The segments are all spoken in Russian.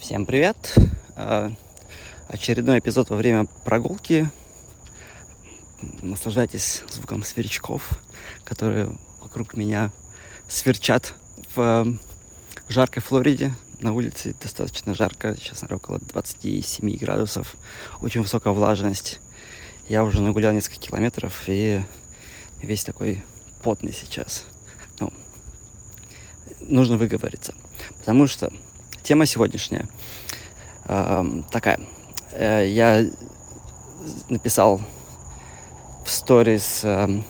Всем привет! Очередной эпизод во время прогулки. Наслаждайтесь звуком сверчков, которые вокруг меня сверчат в жаркой Флориде. На улице достаточно жарко, сейчас около 27 градусов, очень высокая влажность. Я уже нагулял несколько километров и весь такой потный сейчас. Нужно выговориться, потому что тема сегодняшняя такая. Я написал в сторис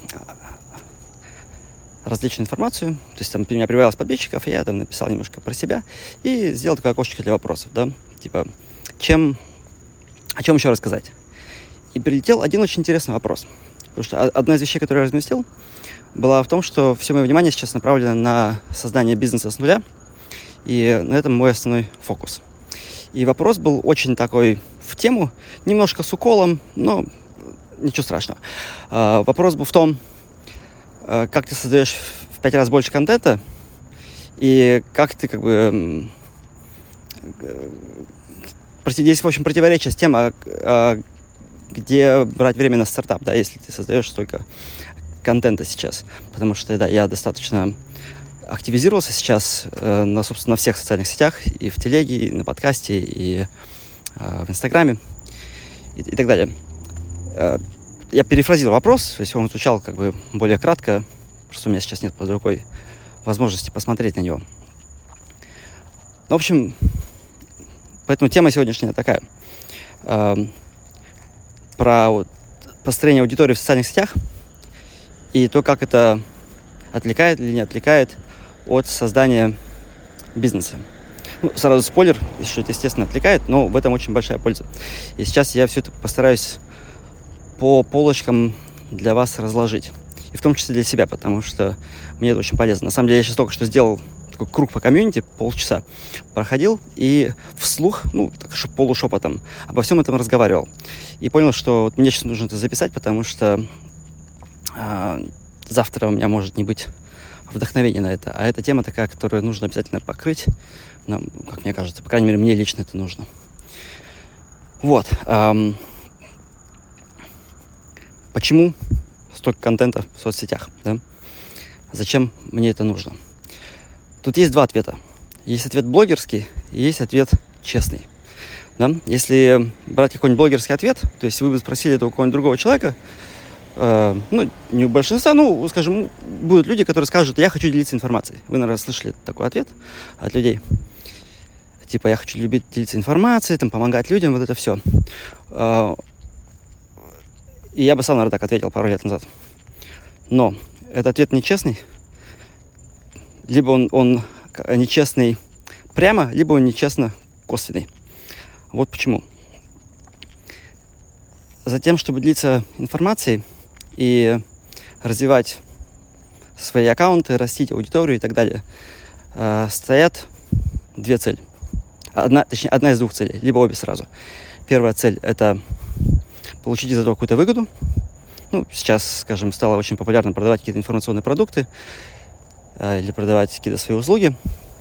различную информацию, то есть там у меня прибавилось подписчиков, и я там написал немножко про себя и сделал такое окошечко для вопросов, да, типа, о чем еще рассказать. И прилетел один очень интересный вопрос, потому что одна из вещей, которую я разместил, была в том, что все мое внимание сейчас направлено на создание бизнеса с нуля, и на этом мой основной фокус. И вопрос был очень такой в тему, немножко с уколом, но ничего страшного. Вопрос был в том, как ты создаешь в 5 раз больше контента, и как ты здесь, в общем, противоречие с тем, где брать время на стартап, да, если ты создаешь столько контента сейчас. Потому что, да, я достаточно активизировался сейчас, собственно, на всех социальных сетях, и в телеге, и на подкасте, и в Инстаграме, и так далее. Я перефразировал вопрос, если он звучал более кратко, просто у меня сейчас нет под рукой возможности посмотреть на него. В общем, поэтому тема сегодняшняя такая. Про построение аудитории в социальных сетях и то, как это отвлекает или не отвлекает от создания бизнеса. Сразу спойлер, что это, естественно, отвлекает, но в этом очень большая польза. И сейчас я все это постараюсь по полочкам для вас разложить. И в том числе для себя, потому что мне это очень полезно. На самом деле, я сейчас только что сделал такой круг по комьюнити, полчаса проходил и вслух, полушепотом обо всем этом разговаривал. И понял, что мне сейчас нужно это записать, потому что завтра у меня может не быть вдохновения на это. А эта тема такая, которую нужно обязательно покрыть. Как мне кажется, по крайней мере, мне лично это нужно. Вот. Почему столько контента в соцсетях? Да? Зачем мне это нужно? Тут есть два ответа. Есть ответ блогерский и есть ответ честный. Да? Если брать какой-нибудь блогерский ответ, то есть вы бы спросили это у какого-нибудь другого человека, не у большинства, скажем, будут люди, которые скажут: я хочу делиться информацией. Вы, наверное, слышали такой ответ от людей. Типа, я хочу делиться информацией, помогать людям, вот это все. И я бы сам, наверное, так ответил пару лет назад. Но этот ответ нечестный. Либо он нечестный прямо, либо он нечестно косвенный. Вот почему. Затем, чтобы делиться информацией и развивать свои аккаунты, растить аудиторию и так далее, стоят две цели. Одна из двух целей, либо обе сразу. Первая цель – это получить из этого какую-то выгоду. Сейчас, скажем, стало очень популярно продавать какие-то информационные продукты или продавать какие-то свои услуги.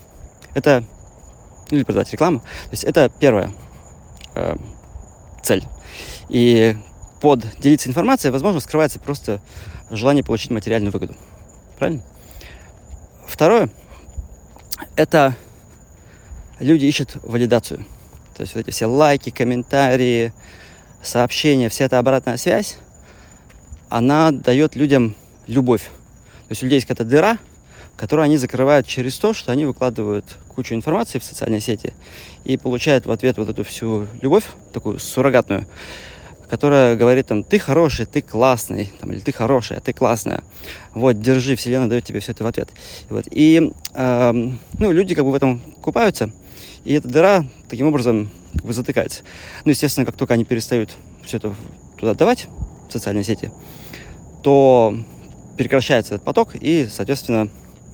Или продавать рекламу. То есть это первая цель. И под делиться информацией, возможно, скрывается просто желание получить материальную выгоду. Правильно? Второе – это люди ищут валидацию. То есть вот эти все лайки, комментарии, сообщения, вся эта обратная связь, она дает людям любовь. То есть у людей есть какая-то дыра, которую они закрывают через то, что они выкладывают кучу информации в социальные сети и получают в ответ вот эту всю любовь, такую суррогатную, которая говорит ты хороший, ты классный, или ты хорошая, ты классная. Вот, держи, вселенная дает тебе все это в ответ. И люди в этом купаются, и эта дыра таким образом затыкается. Естественно, как только они перестают все это туда давать, в социальные сети, то прекращается этот поток, и, соответственно,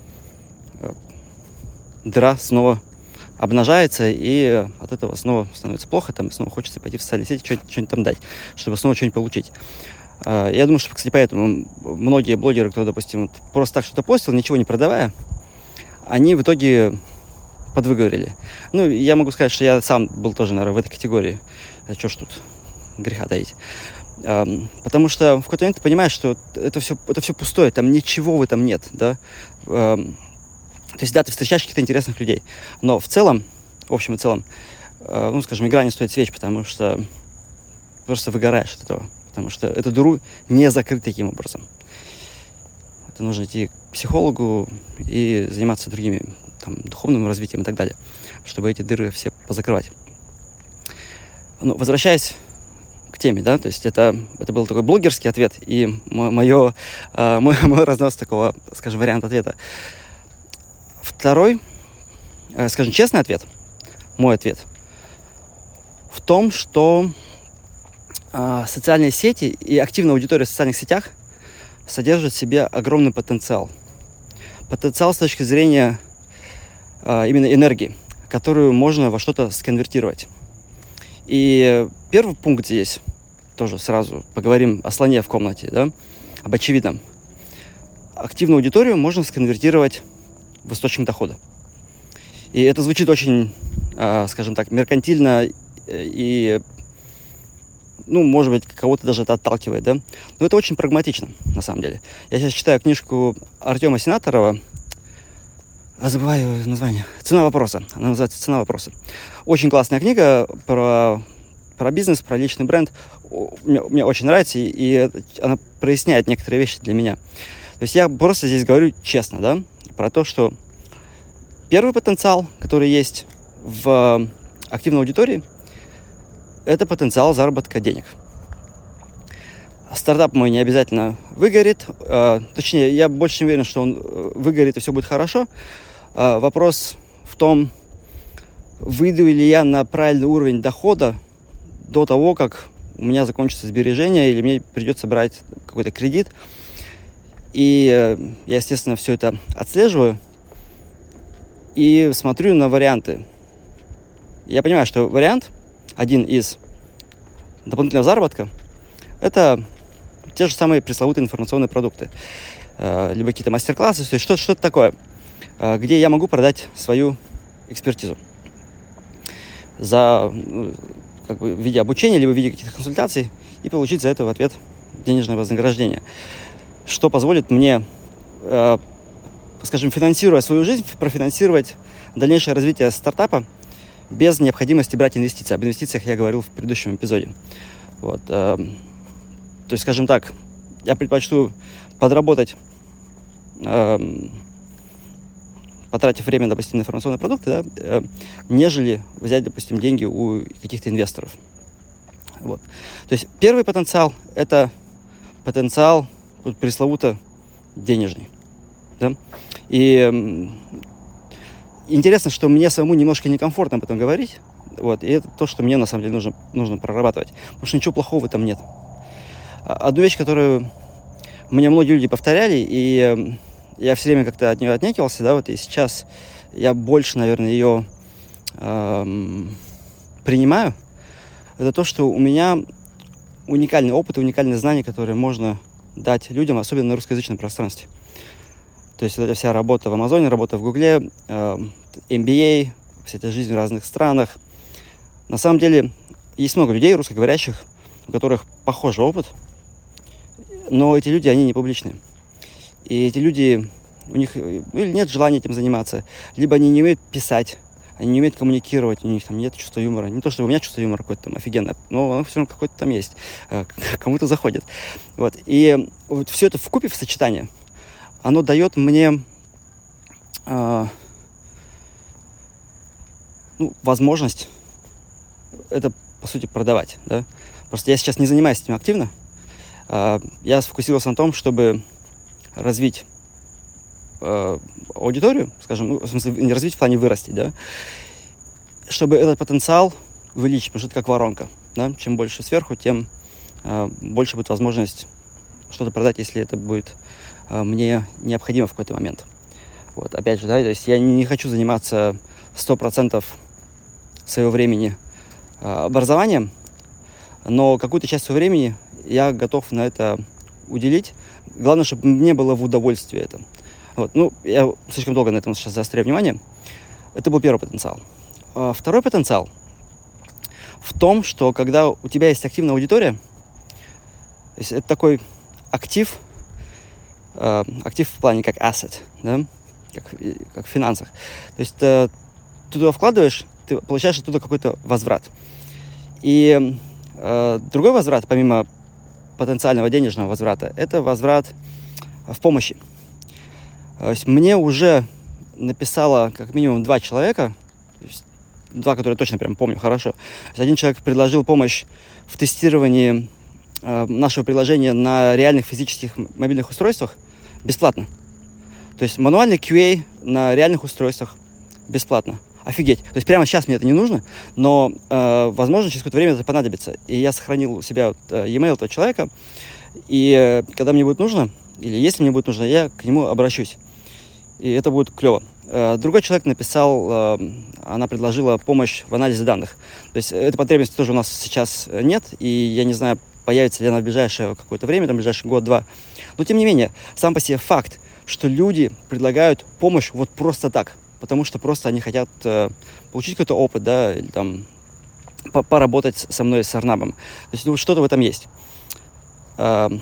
дыра снова обнажается, и от этого снова становится плохо, снова хочется пойти в социальные сети, что-нибудь там дать, чтобы снова что-нибудь получить. Я думаю, что, кстати, поэтому многие блогеры, кто, допустим, просто так что-то постил, ничего не продавая, они в итоге подвыговорили. Ну, я могу сказать, что я сам был тоже, наверное, в этой категории. А что ж тут греха таить. Потому что в какой-то момент ты понимаешь, что это все пустое, там ничего в этом нет, да. То есть, да, ты встречаешь каких-то интересных людей, но в целом, в общем и целом, ну, скажем, игра не стоит свеч, потому что просто выгораешь от этого, потому что эту дыру не закрыть таким образом. Это нужно идти к психологу и заниматься другими, там, духовным развитием и так далее, чтобы эти дыры все позакрывать. Ну, возвращаясь к теме, да, то есть это был такой блогерский ответ, и мой разнос такого, скажем, варианта ответа. Второй, скажем, честный ответ, мой ответ, в том, что социальные сети и активная аудитория в социальных сетях содержит в себе огромный потенциал. Потенциал с точки зрения именно энергии, которую можно во что-то сконвертировать. И первый пункт здесь, тоже сразу поговорим о слоне в комнате, да, об очевидном. Активную аудиторию можно сконвертировать в источник дохода. И это звучит очень, скажем так, меркантильно и, ну, может быть, кого-то даже это отталкивает, да. Но это очень прагматично, на самом деле. Я сейчас читаю книжку Артема Сенаторова, забываю название, «Цена вопроса». Она называется «Цена вопроса». Очень классная книга про бизнес, про личный бренд. Мне очень нравится, и она проясняет некоторые вещи для меня. То есть я просто здесь говорю честно, да, про то, что первый потенциал, который есть в активной аудитории, это потенциал заработка денег. Стартап мой не обязательно выгорит. Точнее, я больше чем уверен, что он выгорит и все будет хорошо. Вопрос в том, выйду ли я на правильный уровень дохода до того, как у меня закончатся сбережения или мне придется брать какой-то кредит. И я, естественно, все это отслеживаю и смотрю на варианты. Я понимаю, что вариант, один из дополнительного заработка, это те же самые пресловутые информационные продукты. Либо какие-то мастер-классы, то есть что-то такое, где я могу продать свою экспертизу как бы в виде обучения, либо в виде каких-то консультаций и получить за это в ответ денежное вознаграждение. Что позволит мне, скажем, финансируя свою жизнь, профинансировать дальнейшее развитие стартапа без необходимости брать инвестиции. Об инвестициях я говорил в предыдущем эпизоде. Вот. То есть, скажем так, я предпочту подработать, потратив время, допустим, на информационные продукты, да, нежели взять, допустим, деньги у каких-то инвесторов. Вот. То есть первый потенциал – это потенциал пресловуто денежный. Да? И интересно, что мне самому немножко некомфортно об этом говорить. Вот, и это то, что мне на самом деле нужно прорабатывать. Потому что ничего плохого в этом нет. Одну вещь, которую мне многие люди повторяли, и я все время как-то от нее отнекивался, да, вот, и сейчас я больше, наверное, ее принимаю. Это то, что у меня уникальный опыт, уникальные знания, которые можно дать людям, особенно на русскоязычном пространстве. То есть это вся работа в Амазоне, работа в Гугле, MBA, вся эта жизнь в разных странах. На самом деле есть много людей русскоговорящих, у которых похожий опыт, но эти люди, они не публичные. И эти люди, у них или нет желания этим заниматься, либо они не умеют писать, они не умеют коммуникировать, у них там нет чувства юмора. Не то, что у меня чувство юмора какое-то там офигенное, но оно все равно какое-то там есть, кому-то заходит. Вот. И вот все это вкупе, в сочетании, оно дает мне возможность это, по сути, продавать. Да? Просто я сейчас не занимаюсь этим активно. Я сфокусировался на том, чтобы развить аудиторию, скажем, в смысле, не развить в плане вырастить, да, чтобы этот потенциал увеличить, потому что это как воронка. Да? Чем больше сверху, тем больше будет возможность что-то продать, если это будет мне необходимо в какой-то момент. Вот, опять же, да, то есть я не хочу заниматься 100% своего времени образованием, но какую-то часть своего времени я готов на это уделить. Главное, чтобы мне было в удовольствие это. Вот. Ну, я слишком долго на этом сейчас заостряю внимание. Это был первый потенциал. Второй потенциал в том, что когда у тебя есть активная аудитория, то есть это такой актив в плане как asset, да, как в финансах. То есть ты туда вкладываешь, ты получаешь оттуда какой-то возврат. И другой возврат, помимо потенциального денежного возврата, это возврат в помощи. То есть мне уже написало как минимум 2 человека, то есть 2, которые я точно прям помню хорошо. То есть один человек предложил помощь в тестировании нашего приложения на реальных физических мобильных устройствах бесплатно. То есть мануальный QA на реальных устройствах бесплатно. Офигеть. То есть прямо сейчас мне это не нужно, но, возможно, через какое-то время это понадобится. И я сохранил у себя e-mail этого человека, и когда мне будет нужно, или если мне будет нужно, я к нему обращусь. И это будет клево. Другой человек написал, она предложила помощь в анализе данных. То есть этой потребности тоже у нас сейчас нет, и я не знаю, появится ли она в ближайшее какое-то время, там, в ближайший год-два. Но, тем не менее, сам по себе факт, что люди предлагают помощь вот просто так, потому что просто они хотят получить какой-то опыт, да, или там поработать со мной, с Арнабом. То есть ну, что-то в этом есть. Это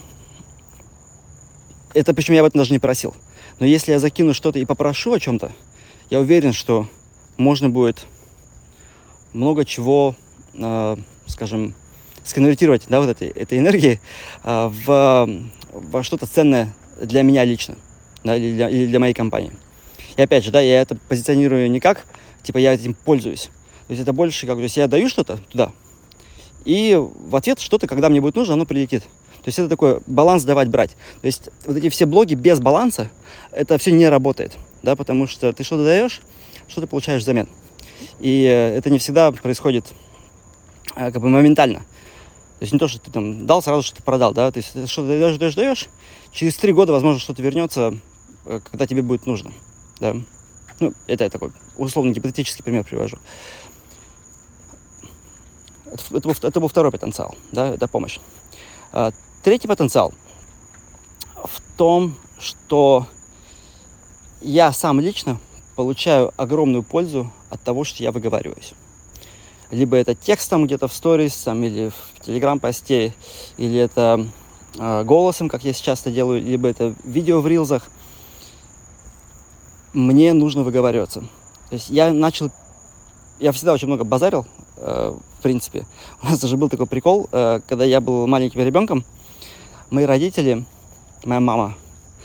причем я об этом даже не просил. Но если я закину что-то и попрошу о чем-то, я уверен, что можно будет много чего, скажем, сконвертировать, да, вот этой энергии во что-то ценное для меня лично, да, или для моей компании. И опять же, да, я это позиционирую не как, типа, я этим пользуюсь. То есть это больше как, то есть я даю что-то туда, и в ответ что-то, когда мне будет нужно, оно прилетит. То есть это такой баланс давать-брать. То есть вот эти все блоги без баланса, это все не работает, да, потому что ты что-то даешь, что-то получаешь взамен. И это не всегда происходит как бы моментально. То есть не то, что ты там дал, сразу что-то продал, да, то есть ты что-то даешь, через 3 года, возможно, что-то вернется, когда тебе будет нужно, да. Ну, это я такой условно гипотетический пример привожу. Это был второй потенциал, да, это помощь. Третий потенциал в том, что я сам лично получаю огромную пользу от того, что я выговариваюсь. Либо это текстом где-то в сторис, там, или в телеграм-посте, или это голосом, как я сейчас это делаю, либо это видео в рилзах. Мне нужно выговариваться. То есть я всегда очень много базарил, в принципе. У нас даже был такой прикол, когда я был маленьким ребенком, мои родители, моя мама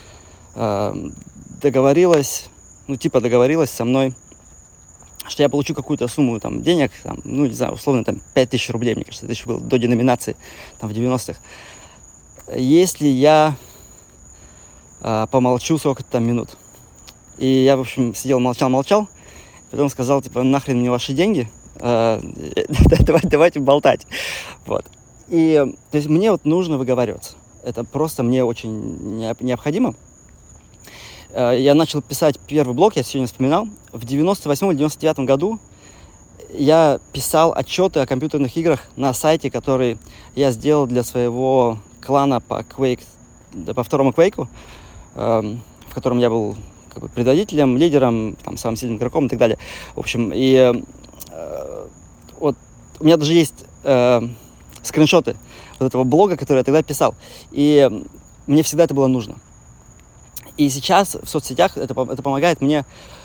договорилась со мной, что я получу какую-то сумму там, денег, там, ну, не знаю, условно, там, 5000 рублей, мне кажется, это еще было до деноминации, там, в 90-х. Если я помолчу сколько-то там минут. И я, в общем, сидел, молчал, потом сказал, типа, нахрен мне ваши деньги, давайте болтать. Вот. И, то есть, мне вот нужно выговариваться. Это просто мне очень необходимо. Я начал писать первый блог, я сегодня вспоминал. В 98 или 99 году я писал отчеты о компьютерных играх на сайте, который я сделал для своего клана по Quake, по второму Quake'у, в котором я был как бы предводителем, лидером, там, самым сильным игроком и так далее. В общем, и вот у меня даже есть скриншоты вот этого блога, который я тогда писал. И мне всегда это было нужно. И сейчас в соцсетях это помогает мне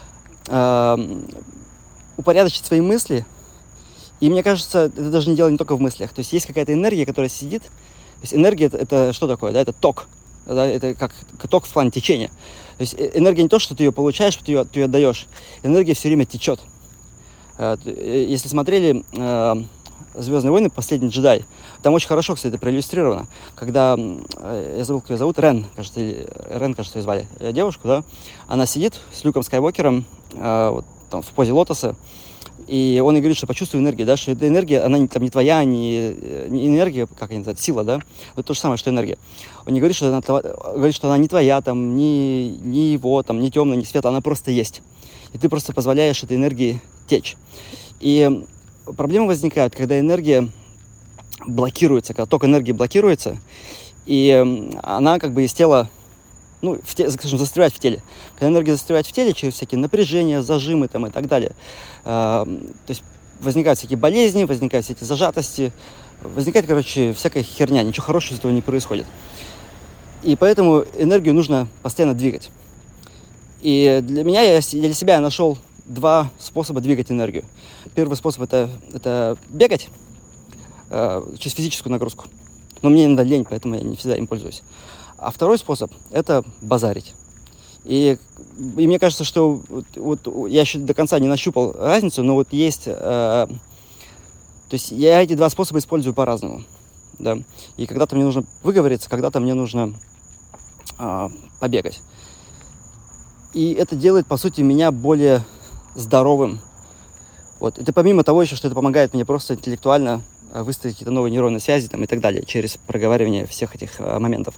упорядочить свои мысли. И мне кажется, это даже не дело не только в мыслях. То есть есть какая-то энергия, которая сидит. То есть энергия это что такое? Да? Это ток. Да? Это как ток в плане течения. То есть энергия не то, что ты ее получаешь, что ты ее отдаешь. Энергия все время течет. Если смотрели «Звездные войны. Последний джедай», там очень хорошо, кстати, это проиллюстрировано. Когда, я забыл, как ее зовут, Рен, кажется, ее звали, девушку, да, она сидит с Люком Скайуокером вот, там, в позе лотоса, и он ей говорит, что почувствуй энергию, да, что эта энергия, она там не твоя, не энергия, как они называют, сила, да, это то же самое, что энергия. Он не говорит, что она не твоя, там, не его, там, не темная, не светлая, она просто есть. И ты просто позволяешь этой энергии течь. И проблемы возникают, когда энергия блокируется, когда ток энергии блокируется, и она как бы из тела ну, скажем, застревать в теле. Когда энергия застревает в теле через всякие напряжения, зажимы там, и так далее, то есть возникают всякие болезни, возникают всякие зажатости, возникает, короче, всякая херня, ничего хорошего из этого не происходит. И поэтому энергию нужно постоянно двигать. И для меня, для себя я нашел два способа двигать энергию. Первый способ это бегать через физическую нагрузку. Но мне иногда лень, поэтому я не всегда им пользуюсь. А второй способ это базарить. И мне кажется, что вот я еще до конца не нащупал разницу, но вот есть... то есть я эти два способа использую по-разному. Да? И когда-то мне нужно выговориться, когда-то мне нужно побегать. И это делает, по сути, меня более здоровым. Вот. Это помимо того еще, что это помогает мне просто интеллектуально выстроить какие-то новые нейронные связи там, и так далее, через проговаривание всех этих моментов.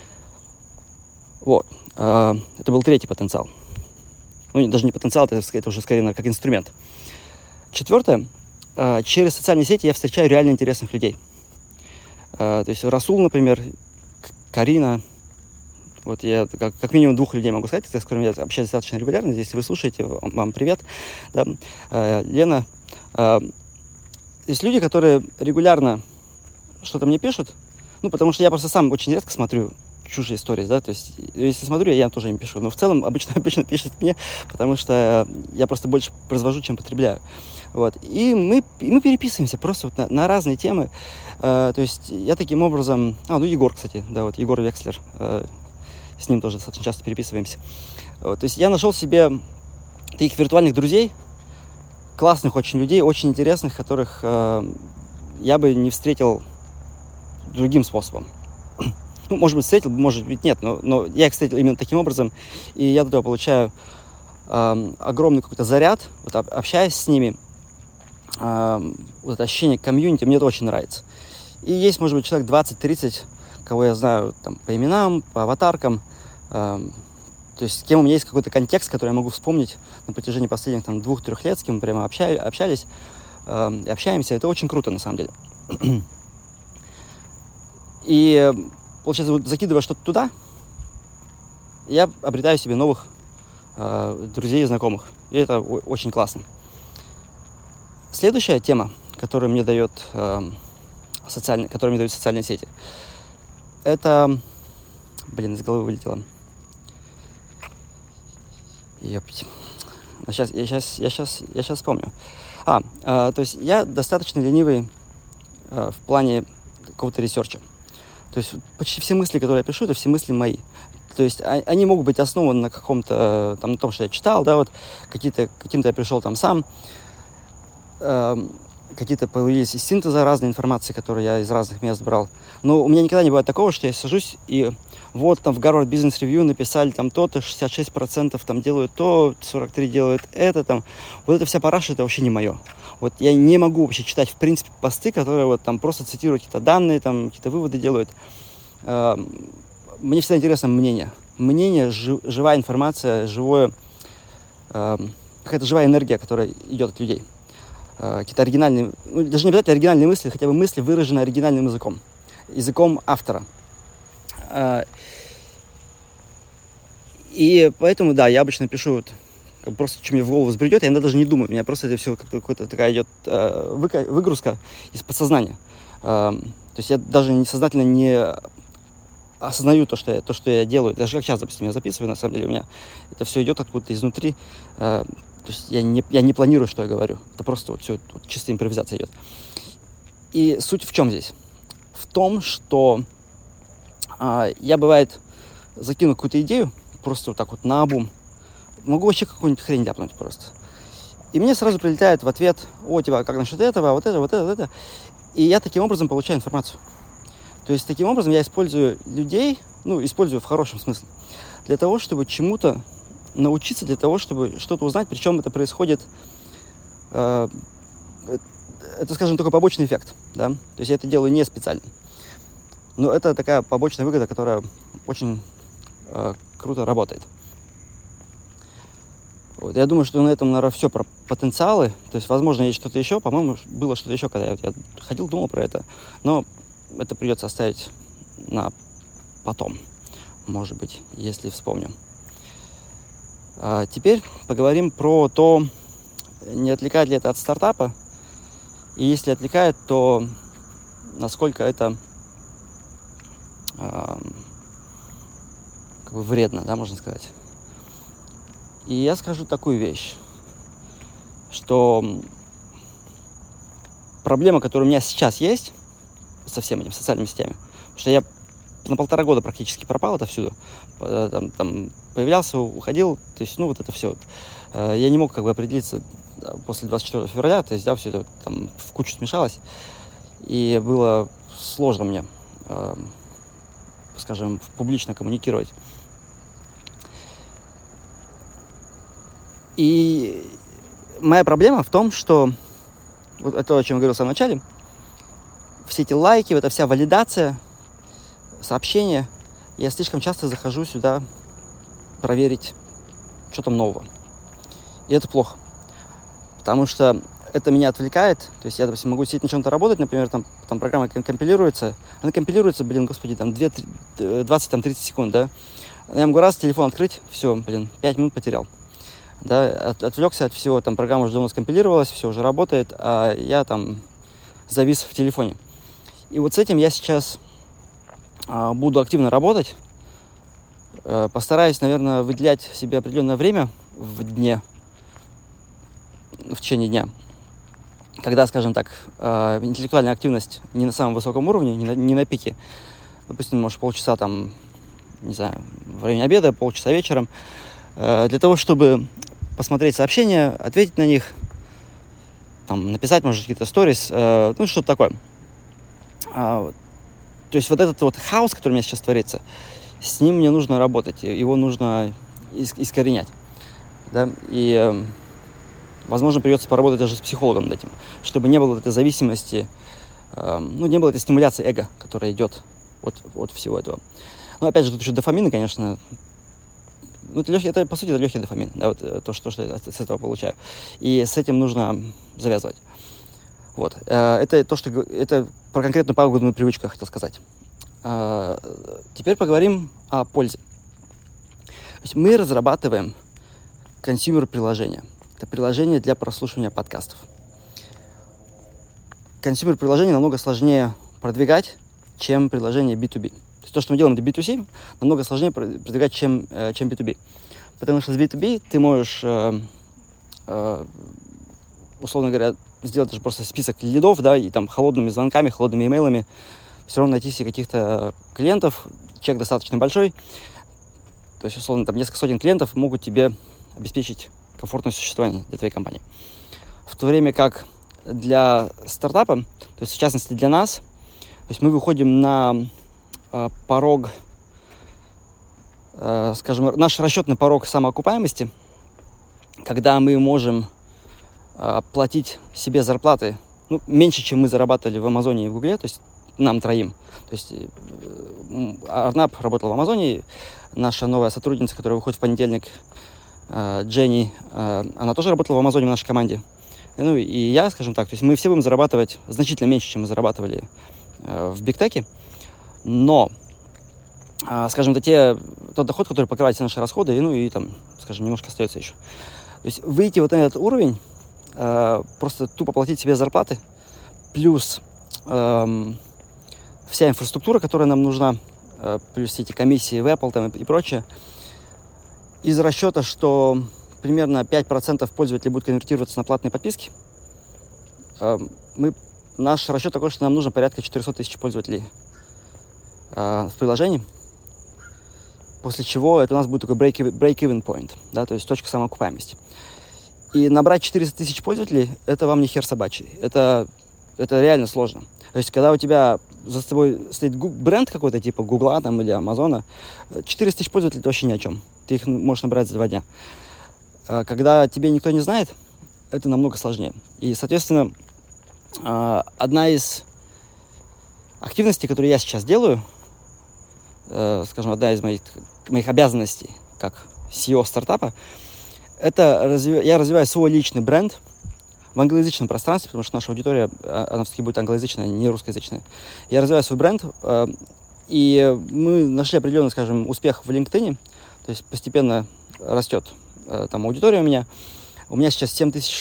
Вот. Это был третий потенциал. Ну, даже не потенциал, это уже скорее как инструмент. Четвертое. Через социальные сети я встречаю реально интересных людей. То есть Расул, например, Карина. Вот я как минимум 2 людей могу сказать, с которыми я общаюсь достаточно регулярно. Если вы слушаете, вам привет. Да. Лена. Есть люди, которые регулярно что-то мне пишут. Ну, потому что я просто сам очень редко смотрю чужие истории, да, то есть, если смотрю, я тоже им пишу, но в целом обычно пишут мне, потому что я просто больше произвожу, чем потребляю, вот, и мы переписываемся просто вот на разные темы, то есть я таким образом, Егор, кстати, да, вот Егор Векслер, с ним тоже достаточно часто переписываемся, вот, то есть я нашел себе таких виртуальных друзей, классных очень людей, очень интересных, которых я бы не встретил другим способом. Ну, может быть, встретил, может быть, нет, но я их встретил именно таким образом, и я туда получаю огромный какой-то заряд, вот, общаясь с ними, вот это ощущение комьюнити, мне это очень нравится. И есть, может быть, человек 20-30, кого я знаю там, по именам, по аватаркам, то есть с кем у меня есть какой-то контекст, который я могу вспомнить на протяжении последних 2-3 лет, с кем мы прямо общались и общаемся. Это очень круто, на самом деле. И получается, вот закидывая что-то туда, я обретаю себе новых друзей и знакомых. И это очень классно. Следующая тема, которую мне дают социальные сети, это... из головы вылетело. Ёпть. Я сейчас вспомню. То есть я достаточно ленивый в плане какого-то ресерча. То есть почти все мысли, которые я пишу, это все мысли мои. То есть они могут быть основаны на каком-то, там, на том, что я читал, да, вот, каким-то я пришел там сам, какие-то появились из синтеза разной информации, которую я из разных мест брал. Но у меня никогда не бывает такого, что я сажусь и вот там в Harvard Business Review написали там то-то, 66% там делают то, 43% делают это там. Вот эта вся параша, это вообще не мое. Вот я не могу вообще читать, в принципе, посты, которые вот там просто цитируют какие-то данные, там какие-то выводы делают. Мне всегда интересно мнение. Мнение, живая информация, какая-то живая энергия, которая идет от людей. Какие-то оригинальные, даже не обязательно оригинальные мысли, хотя бы мысли, выраженные оригинальным языком автора. И поэтому, да, я обычно пишу просто, что мне в голову взбредет, я иногда даже не думаю, у меня просто это все какая-то такая идет выгрузка из подсознания. То есть я даже сознательно не осознаю то, что я делаю. Даже как сейчас, допустим, я записываю, на самом деле у меня это все идет откуда-то изнутри. То есть я не планирую, что я говорю. Это просто вот все вот, чистая импровизация идет. И суть в чем здесь? В том, что я, бывает, закину какую-то идею, просто вот так вот наобум. Могу вообще какую-нибудь хрень ляпнуть просто. И мне сразу прилетает в ответ: о, тебя, как насчет этого, вот это. И я таким образом получаю информацию. То есть таким образом я использую людей, использую в хорошем смысле, для того, чтобы чему-то научиться, для того, чтобы что-то узнать, причем это происходит, это, скажем, такой побочный эффект, да, то есть я это делаю не специально, но это такая побочная выгода, которая очень круто работает. Вот. Я думаю, что на этом, наверное, все про потенциалы, то есть, возможно, есть что-то еще, по-моему, было что-то еще, когда я ходил, думал про это, но это придется оставить на потом. может быть, если вспомню. Теперь поговорим про то, не отвлекает ли это от стартапа, и если отвлекает, то насколько это вредно, да, можно сказать. И я скажу такую вещь, что проблема, которая у меня сейчас есть со всеми этими социальными сетями, потому что я на 1,5 года практически пропал отовсюду, там появлялся, уходил, то есть, вот это все. Я не мог определиться после 24 февраля, то есть, да, все это там в кучу смешалось, и было сложно мне, скажем, публично коммуникировать. И моя проблема в том, что вот это, о чем я говорил в самом начале, все эти лайки, вот эта вся валидация, сообщения, я слишком часто захожу сюда проверить, что там нового. И это плохо, потому что это меня отвлекает. То есть я, допустим, могу сидеть на чем-то работать, например, там программа компилируется, она компилируется, там 20-30 секунд, да. Я могу раз телефон открыть, все, 5 минут потерял. Да, отвлекся от всего, там программа уже давно скомпилировалась, все уже работает, а я там завис в телефоне. И вот с этим я сейчас буду активно работать. Постараюсь, наверное, выделять себе определенное время в дне, в течение дня, когда, скажем так, интеллектуальная активность не на самом высоком уровне, не на пике. Допустим, может, полчаса там, не знаю, во время обеда, полчаса вечером, для того, чтобы посмотреть сообщения, ответить на них, там, написать, может, какие-то сторис, что-то такое. То есть вот этот вот хаос, который у меня сейчас творится, с ним мне нужно работать, его нужно искоренять. Да? И, возможно, придется поработать даже с психологом над этим, чтобы не было этой зависимости, не было этой стимуляции эго, которая идет от всего этого. Но опять же, тут еще дофамины, конечно. Это, по сути, это легкий дофамин, да, вот то, что я с этого получаю. И с этим нужно завязывать. Вот. Это про конкретную пагубную привычку я хотел сказать. Теперь поговорим о пользе. То есть мы разрабатываем консюмер-приложение. Это приложение для прослушивания подкастов. Консюмер-приложение намного сложнее продвигать, чем приложение B2B. То есть то, что мы делаем для B2C, намного сложнее продвигать, чем B2B. Потому что с B2B ты можешь, условно говоря, сделать даже просто список лидов, да, и там холодными звонками, холодными имейлами все равно найти себе каких-то клиентов, чек достаточно большой, то есть, условно, там несколько сотен клиентов могут тебе обеспечить комфортное существование для твоей компании. В то время как для стартапа, то есть, в частности, для нас, то есть мы выходим на порог, скажем, наш расчетный порог самоокупаемости, когда мы можем платить себе зарплаты меньше, чем мы зарабатывали в Амазоне и в Гугле, то есть нам троим. То есть Арнаб работал в Амазоне, наша новая сотрудница, которая выходит в понедельник, Дженни, она тоже работала в Амазоне в нашей команде. И я, скажем так, то есть мы все будем зарабатывать значительно меньше, чем мы зарабатывали в бигтеке, но, скажем, тот доход, который покрывает все наши расходы, и там, скажем, немножко остается еще. То есть выйти вот на этот уровень, просто тупо платить себе зарплаты, плюс вся инфраструктура, которая нам нужна, плюс все эти комиссии в Apple там, и прочее, из расчета, что примерно 5% пользователей будут конвертироваться на платные подписки, наш расчет такой, что нам нужно порядка 400 тысяч пользователей в приложении, после чего это у нас будет такой break-even point, да, то есть точка самоокупаемости. И набрать 400 тысяч пользователей, это вам не хер собачий. Это реально сложно. То есть, когда у тебя за тобой стоит бренд какой-то, типа Гугла там, или Амазона, 400 тысяч пользователей — это вообще ни о чем. Ты их можешь набрать за 2 дня. Когда тебе никто не знает, это намного сложнее. И, соответственно, одна из активностей, которую я сейчас делаю, скажем, одна из моих обязанностей как CEO стартапа, это я развиваю свой личный бренд в англоязычном пространстве, потому что наша аудитория, она все-таки будет англоязычная, не русскоязычная. Я развиваю свой бренд И мы нашли определенный, скажем, успех в LinkedIn, то есть постепенно растет там аудитория у меня. У меня сейчас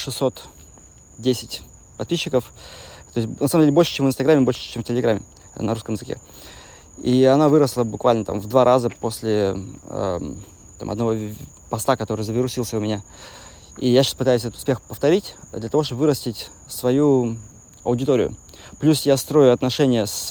7610 подписчиков, то есть на самом деле больше, чем в Инстаграме, больше, чем в Телеграме на русском языке. И она выросла буквально там в 2 раза после там, одного поста, который завирусился у меня. И я сейчас пытаюсь этот успех повторить для того, чтобы вырастить свою аудиторию. Плюс я строю отношения с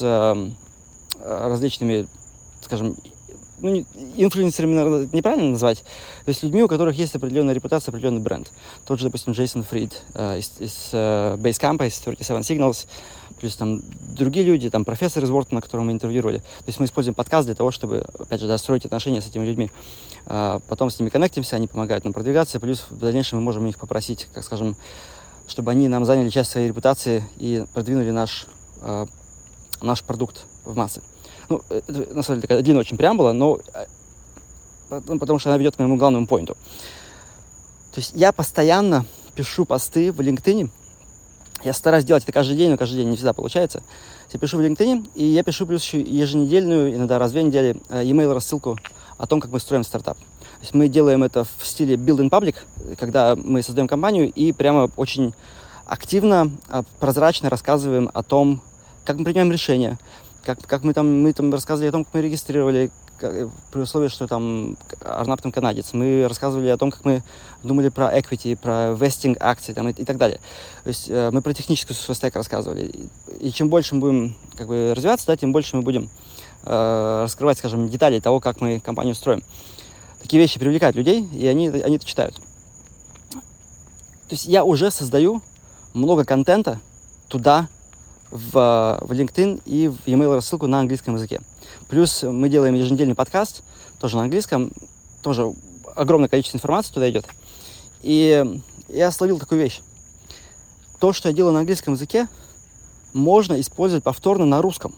различными, скажем, инфлюенсерами неправильно назвать, то есть людьми, у которых есть определенная репутация, определенный бренд. Тот же, допустим, Джейсон Фрид из Basecamp, из 37 Signals, плюс там другие люди, там профессор из Wharton, которого мы интервьюировали. То есть мы используем подкаст для того, чтобы, опять же, строить отношения с этими людьми. Потом с ними коннектимся, они помогают нам продвигаться, плюс в дальнейшем мы можем у них попросить, как скажем, чтобы они нам заняли часть своей репутации и продвинули наш продукт в массы. Ну, это, на самом деле, такая длинная очень преамбула, но потому что она ведет к моему главному поинту. То есть я постоянно пишу посты в LinkedIn. Я стараюсь делать это каждый день, но каждый день не всегда получается. Я пишу в LinkedIn, и я пишу плюс еще еженедельную, иногда раз в 2 недели, email-рассылку о том, как мы строим стартап. То есть мы делаем это в стиле build in public, когда мы создаем компанию и прямо очень активно, прозрачно рассказываем о том, как мы принимаем решения, как мы там рассказывали о том, как мы регистрировали, при условии, что там Арнаб там канадец. Мы рассказывали о том, как мы думали про equity, про vesting акций там, и так далее. То есть мы про техническую стек рассказывали. И чем больше мы будем развиваться, да, тем больше мы будем раскрывать, скажем, детали того, как мы компанию строим. Такие вещи привлекают людей, и они это читают. То есть я уже создаю много контента туда, в LinkedIn и в e-mail рассылку на английском языке. Плюс мы делаем еженедельный подкаст, тоже на английском, тоже огромное количество информации туда идет. И я словил такую вещь. То, что я делаю на английском языке, можно использовать повторно на русском.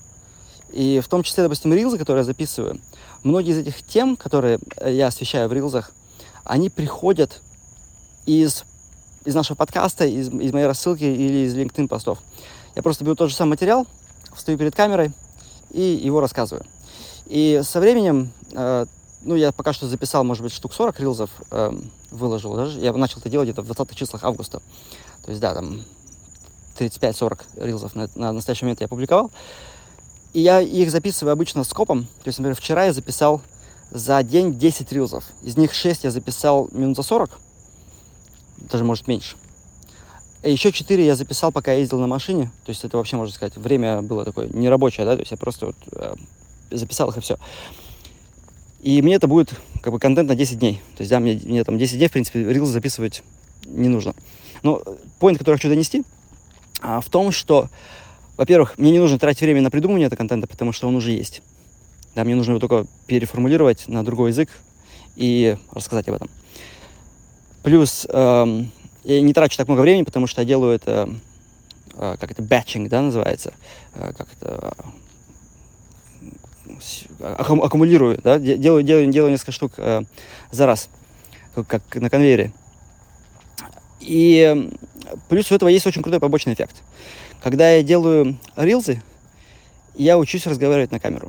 И в том числе, допустим, рилзы, которые я записываю, многие из этих тем, которые я освещаю в рилзах, они приходят из нашего подкаста, из моей рассылки или из LinkedIn постов. Я просто беру тот же самый материал, встаю перед камерой и его рассказываю. И со временем, я пока что записал, может быть, штук 40 рилзов, выложил даже. Я начал это делать где-то в 20-х числах августа. То есть, да, там 35-40 рилзов на настоящий момент я опубликовал. И я их записываю обычно скопом. То есть, например, вчера я записал за день 10 рилзов. Из них 6 я записал минут за 40, даже, может, меньше. И еще 4 я записал, пока я ездил на машине. То есть это вообще, можно сказать, время было такое нерабочее, да, то есть я просто записал их и все. И мне это будет контент на 10 дней. То есть, да, мне там 10 дней, в принципе, рилс записывать не нужно. Но поинт, который я хочу донести, в том, что, во-первых, мне не нужно тратить время на придумывание этого контента, потому что он уже есть. Да, мне нужно его только переформулировать на другой язык и рассказать об этом. Плюс я не трачу так много времени, потому что я делаю это, бэтчинг, да, называется, аккумулирую, да, делаю несколько штук за раз, как на конвейере. И плюс у этого есть очень крутой побочный эффект. Когда я делаю рилзы, я учусь разговаривать на камеру.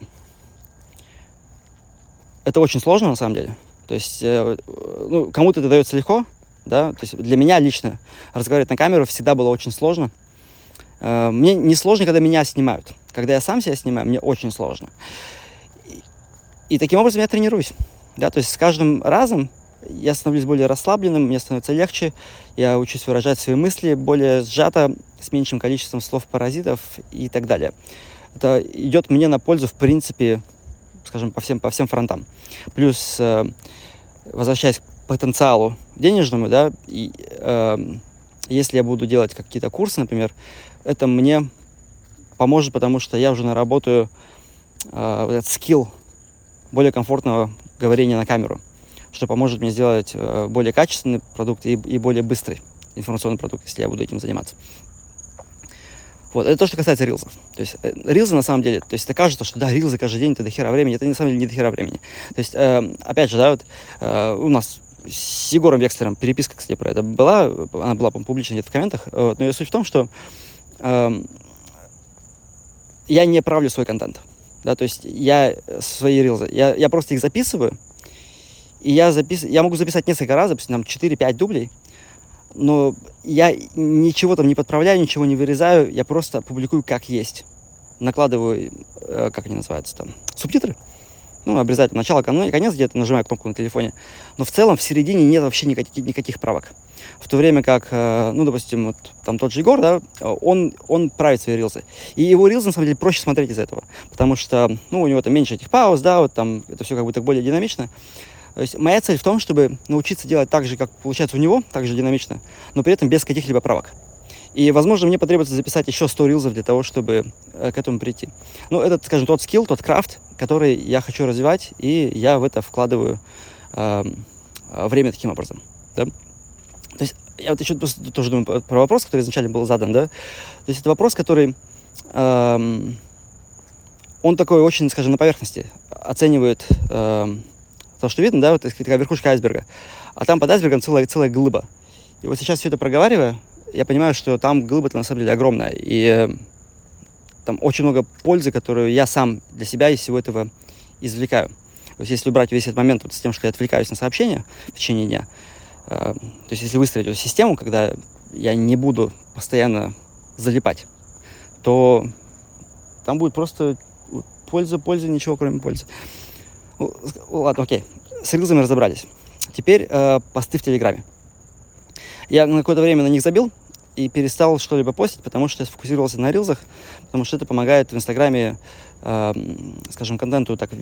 Это очень сложно, на самом деле. То есть, кому-то это дается легко, да, то есть для меня лично разговаривать на камеру всегда было очень сложно. Мне не сложно, когда меня снимают. Когда я сам себя снимаю, мне очень сложно. И таким образом я тренируюсь. Да, то есть с каждым разом я становлюсь более расслабленным, мне становится легче, я учусь выражать свои мысли более сжато, с меньшим количеством слов-паразитов и так далее. Это идет мне на пользу, в принципе, скажем, по всем фронтам. Плюс, возвращаясь к потенциалу денежному, да, и если я буду делать какие-то курсы, например, это мне поможет, потому что я уже наработаю этот скилл более комфортного говорения на камеру, что поможет мне сделать более качественный продукт и более быстрый информационный продукт, если я буду этим заниматься. Вот, это то, что касается рилзов. То есть рилзы, на самом деле, то есть это кажется, что да, рилзы каждый день, это дохера времени. Это на самом деле не дохера времени. То есть, опять же, да, вот у нас с Егором Векслером переписка, кстати, про это была. Она была, по-моему, публична где-то в комментах. Вот, но суть в том, что я не правлю свой контент. Да, то есть я свои рилзы, я просто их записываю, и я могу записать несколько раз, допустим, там 4-5 дублей, но я ничего там не подправляю, ничего не вырезаю, я просто публикую как есть. Накладываю, как они называются там, субтитры. Ну, обрезать начало, и конец, где-то нажимаю кнопку на телефоне. Но в целом в середине нет вообще никаких правок. В то время как, ну, допустим, вот там тот же Егор, да, он правит свои рилзы. И его рилзы, на самом деле, проще смотреть из этого. Потому что, ну, у него там меньше этих пауз, да, вот там это все как бы так более динамично. То есть моя цель в том, чтобы научиться делать так же, как получается у него, так же динамично, но при этом без каких-либо правок. И, возможно, мне потребуется записать еще 100 рилзов для того, чтобы к этому прийти. Ну, это, скажем, тот скилл, тот крафт, который я хочу развивать, и я в это вкладываю время таким образом. Да? То есть я вот еще тоже думаю про вопрос, который изначально был задан. Да? То есть это вопрос, который... он такой очень, скажем, на поверхности. Оценивает то, что видно, да, вот такая верхушка айсберга. А там под айсбергом целая глыба. И вот сейчас все это проговаривая, я понимаю, что там глыба-то на самом деле огромная. И там очень много пользы, которую я сам для себя из всего этого извлекаю. То есть если убрать весь этот момент вот с тем, что я отвлекаюсь на сообщения в течение дня, то есть если выстроить эту систему, когда я не буду постоянно залипать, то там будет просто польза, ничего кроме пользы. Ну, ладно, окей. С рилзами разобрались. Теперь посты в Телеграме. Я на какое-то время на них забил и перестал что-либо постить, потому что я сфокусировался на рилзах, потому что это помогает в Инстаграме, скажем, контенту. Так,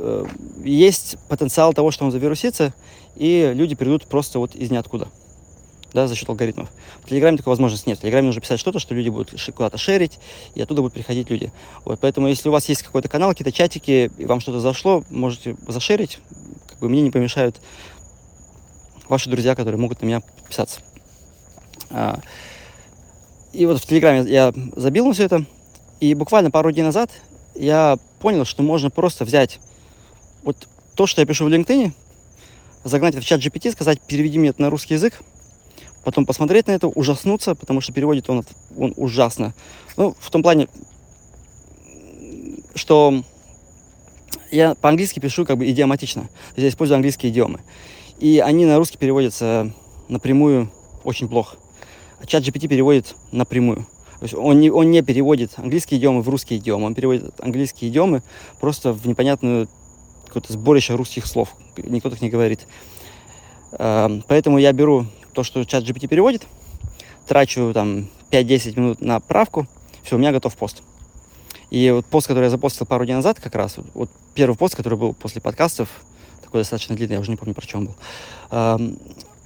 есть потенциал того, что он завирусится, и люди придут просто вот из ниоткуда, да, за счет алгоритмов. В Телеграме такой возможности нет. В Телеграме нужно писать что-то, что люди будут куда-то шерить, и оттуда будут приходить люди. Вот, поэтому, если у вас есть какой-то канал, какие-то чатики, и вам что-то зашло, можете зашерить. Как бы мне не помешают ваши друзья, которые могут на меня подписаться. И вот в Телеграме я забил на все это. И буквально пару дней назад я понял, что можно просто взять вот то, что я пишу в LinkedIn, загнать это в чат GPT, сказать, переведи мне это на русский язык, потом посмотреть на это, ужаснуться, потому что переводит он ужасно. Ну, в том плане, что я по-английски пишу как бы идиоматично. То есть я использую английские идиомы. И они на русский переводятся напрямую очень плохо. А чат GPT переводит напрямую. То есть он не переводит английские идиомы в русские идиомы. Он переводит английские идиомы просто в непонятную какое-то сборище русских слов. Никто так не говорит. Поэтому я беру то, что чат GPT переводит, трачу там 5-10 минут на правку, все, у меня готов пост. И вот пост, который я запостил пару дней назад как раз, вот первый пост, который был после подкастов, такой достаточно длинный, я уже не помню, про что он был,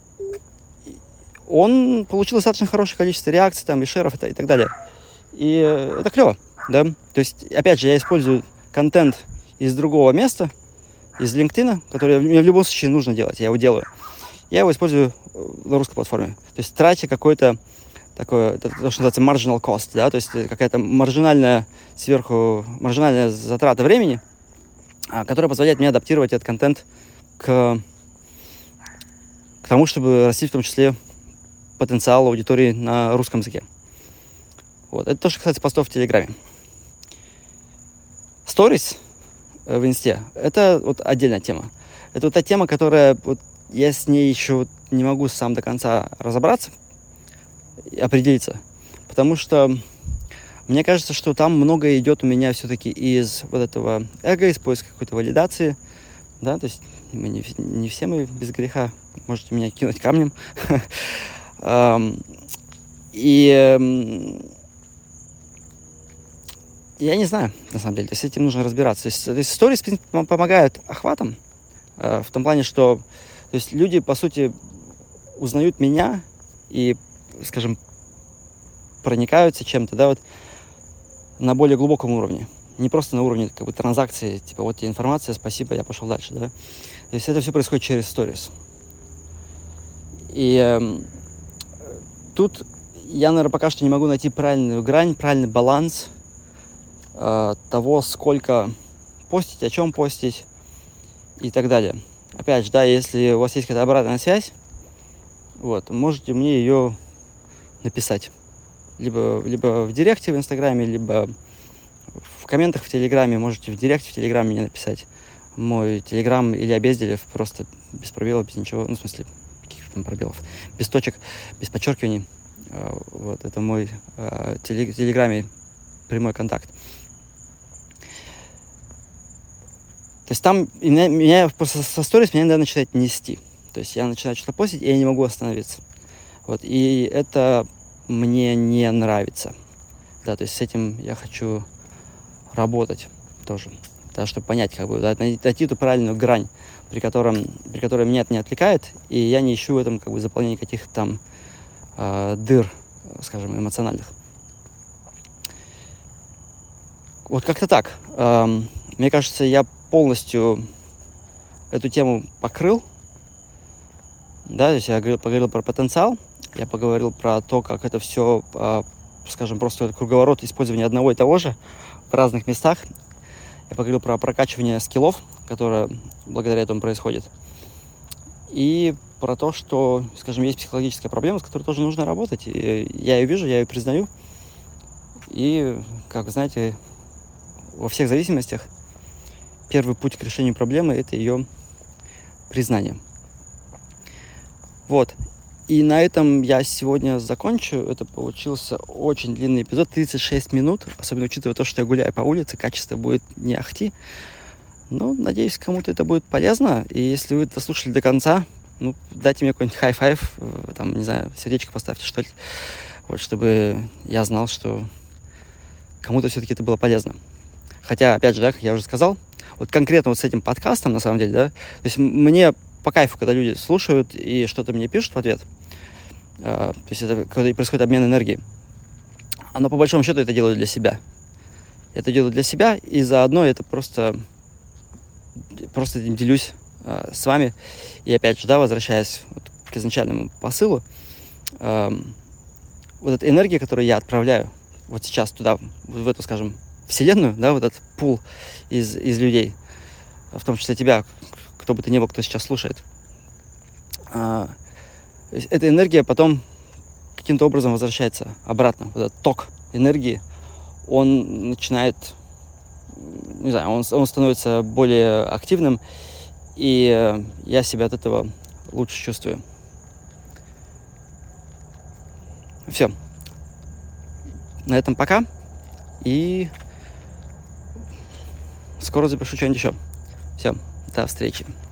он получил достаточно хорошее количество реакций, там, и шеров, и так далее. И это клево, да. То есть, опять же, я использую контент из другого места, из LinkedIn, который мне в любом случае нужно делать, я его делаю. Я его использую на русской платформе. То есть, тратя какой-то такой, это то, что называется marginal cost, да, то есть какая-то маржинальная затрата времени, которая позволяет мне адаптировать этот контент к тому, чтобы расти в том числе потенциал аудитории на русском языке. Вот. Это то, что касается постов в Телеграме. Stories в Инсте – это вот отдельная тема. Это вот та тема, которая вот, я с ней еще вот не могу сам до конца разобраться, определиться. Потому что мне кажется, что там многое идет у меня все-таки из вот этого эго, из поиска какой-то валидации. Да, то есть мы не все мы без греха. Можете меня кинуть камнем. И я не знаю, на самом деле, с этим нужно разбираться. То есть сторис помогают охватам, в том плане, что то есть люди, по сути, узнают меня и, скажем, проникаются чем-то, да, вот на более глубоком уровне. Не просто на уровне как бы транзакции, типа вот тебе информация, спасибо, я пошел дальше, да. То есть это все происходит через сторис. И тут я, наверное, пока что не могу найти правильную грань, правильный баланс того, сколько постить, о чем постить и так далее. Опять же, да, если у вас есть какая-то обратная связь, вот, можете мне ее написать. Либо в директе в Инстаграме, либо комментах в Телеграме, можете в директ в Телеграме мне написать. Мой Телеграм Илья Безделев, просто без пробелов, без ничего, ну, в смысле, каких там пробелов, без точек, без подчеркиваний. Вот, это мой Телеграме прямой контакт. То есть там меня просто со сторис меня иногда начинает нести. То есть я начинаю что-то постить, и я не могу остановиться. Вот, и это мне не нравится. Да, то есть с этим я хочу работать тоже. Да, чтобы понять, как бы, да, найти ту правильную грань, при которой меня это не отвлекает, и я не ищу в этом как бы заполнения каких-то там дыр, скажем, эмоциональных. Вот как-то так. Мне кажется, я полностью эту тему покрыл. Да, то есть я поговорил про потенциал, я поговорил про то, как это все, скажем, просто круговорот использования одного и того же в разных местах. Я поговорил про прокачивание скиллов, которое благодаря этому происходит. И про то, что, скажем, есть психологическая проблема, с которой тоже нужно работать. И я ее вижу, я ее признаю. И, как вы знаете, во всех зависимостях первый путь к решению проблемы – это ее признание. Вот. И на этом я сегодня закончу. Это получился очень длинный эпизод, 36 минут. Особенно учитывая то, что я гуляю по улице, качество будет не ахти. Но, надеюсь, кому-то это будет полезно. И если вы это слушали до конца, ну, дайте мне какой-нибудь хай-файв, там, не знаю, сердечко поставьте, что ли. Вот, чтобы я знал, что кому-то все-таки это было полезно. Хотя, опять же, да, как я уже сказал, вот конкретно вот с этим подкастом, на самом деле, да, то есть мне по кайфу, когда люди слушают и что-то мне пишут в ответ. То есть это когда происходит обмен энергией. Но по большому счету это делаю для себя. Это делаю для себя, и заодно это просто этим делюсь с вами. И опять же, да, возвращаясь вот к изначальному посылу, вот эта энергия, которую я отправляю вот сейчас туда, в эту, скажем, вселенную, да, вот этот пул из людей, в том числе тебя, кто бы ты ни был, кто сейчас слушает, эта энергия потом каким-то образом возвращается обратно. Вот этот ток энергии, он начинает, не знаю, он становится более активным, и я себя от этого лучше чувствую. Все. На этом пока. И скоро запишу что-нибудь еще. Все. До встречи.